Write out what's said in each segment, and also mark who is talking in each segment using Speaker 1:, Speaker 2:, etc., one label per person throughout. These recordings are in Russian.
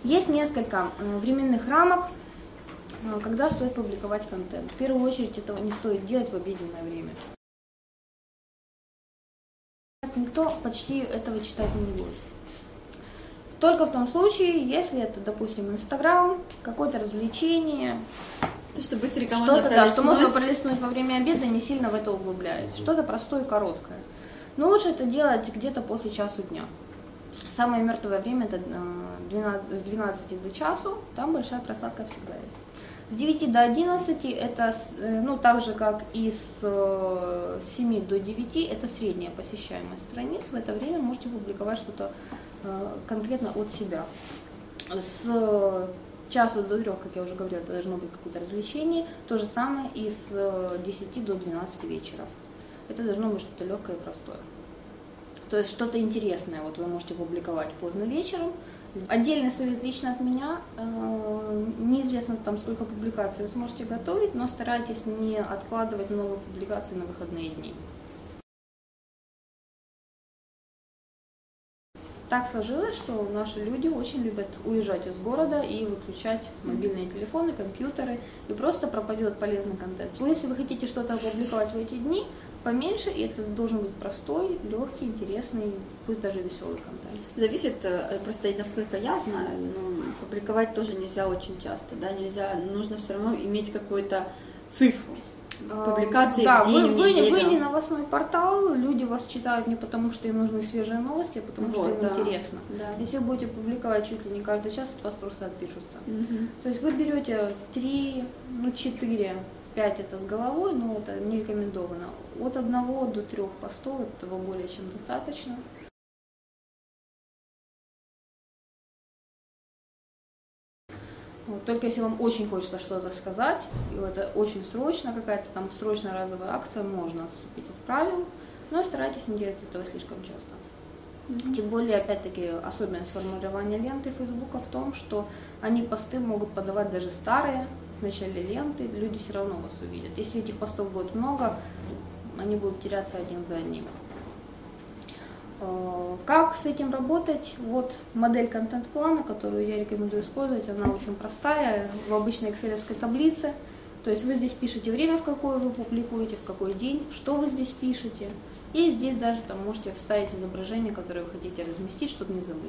Speaker 1: Есть несколько временных рамок, когда стоит публиковать контент. В первую очередь этого не стоит делать в обеденное время. Никто почти этого читать не будет. Только в том случае, если это, допустим, Инстаграм, какое-то развлечение,
Speaker 2: что быстренько можно пролистнуть.
Speaker 1: Да, что можно пролистнуть во время обеда, не сильно в это углубляясь. Что-то простое и короткое. Но лучше это делать где-то после часу дня. Самое мертвое время это с 12 до часу, там большая просадка всегда есть. С 9 до 11 это, так же как и с 7 до 9, это средняя посещаемость страниц. В это время можете публиковать что-то конкретно от себя. С часу до 3, как я уже говорила, это должно быть какое-то развлечение. То же самое и с 10 до 12 вечера. Это должно быть что-то легкое и простое. То есть что-то интересное вот вы можете публиковать поздно вечером. Отдельный совет лично от меня. Неизвестно там сколько публикаций вы сможете готовить, но старайтесь не откладывать много публикаций на выходные дни. Так сложилось, что наши люди очень любят уезжать из города и выключать мобильные телефоны, компьютеры, и просто пропадет полезный контент. Но если вы хотите что-то опубликовать в эти дни, поменьше, и это должен быть простой, легкий, интересный, пусть даже веселый контент.
Speaker 2: Зависит, просто насколько я знаю, публиковать тоже нельзя очень часто, да, нельзя, нужно все равно иметь какую-то цифру. Публикации в день,
Speaker 1: вы не новостной портал, люди вас читают не потому, что им нужны свежие новости, а потому что им интересно. Да. Если вы будете публиковать чуть ли не каждый час, от вас просто отпишутся. То есть вы берете 3, 4, 5 это с головой, но это не рекомендовано. От 1 до 3 постов этого более чем достаточно. Вот, только если вам очень хочется что-то сказать, и это очень срочно, какая-то там срочная разовая акция, можно отступить от правил, но старайтесь не делать этого слишком часто. Тем более, опять-таки, особенность формирования ленты Фейсбука в том, что они посты могут подавать даже старые в начале ленты, люди все равно вас увидят. Если этих постов будет много, они будут теряться один за одним. Как с этим работать? Вот модель контент-плана, которую я рекомендую использовать, она очень простая, в обычной экселевской таблице. То есть вы здесь пишете время, в какое вы публикуете, в какой день, что вы здесь пишете. И здесь даже там можете вставить изображение, которое вы хотите разместить, чтобы не забыть.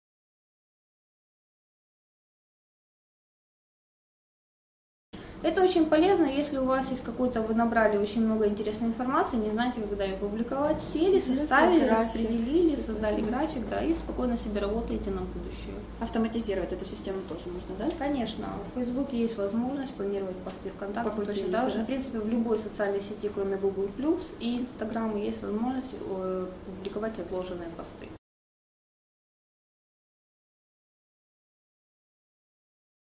Speaker 1: Это очень полезно, если у вас есть какой-то, вы набрали очень много интересной информации, не знаете, когда ее публиковать, сели, составили, распределили, создали график, да, и спокойно себе работаете на будущее.
Speaker 2: Автоматизировать эту систему тоже можно, да?
Speaker 1: Конечно. В Фейсбуке есть возможность планировать посты, ВКонтакте точно так же. В принципе, в любой социальной сети, кроме Google+, и Instagram, есть возможность публиковать отложенные посты.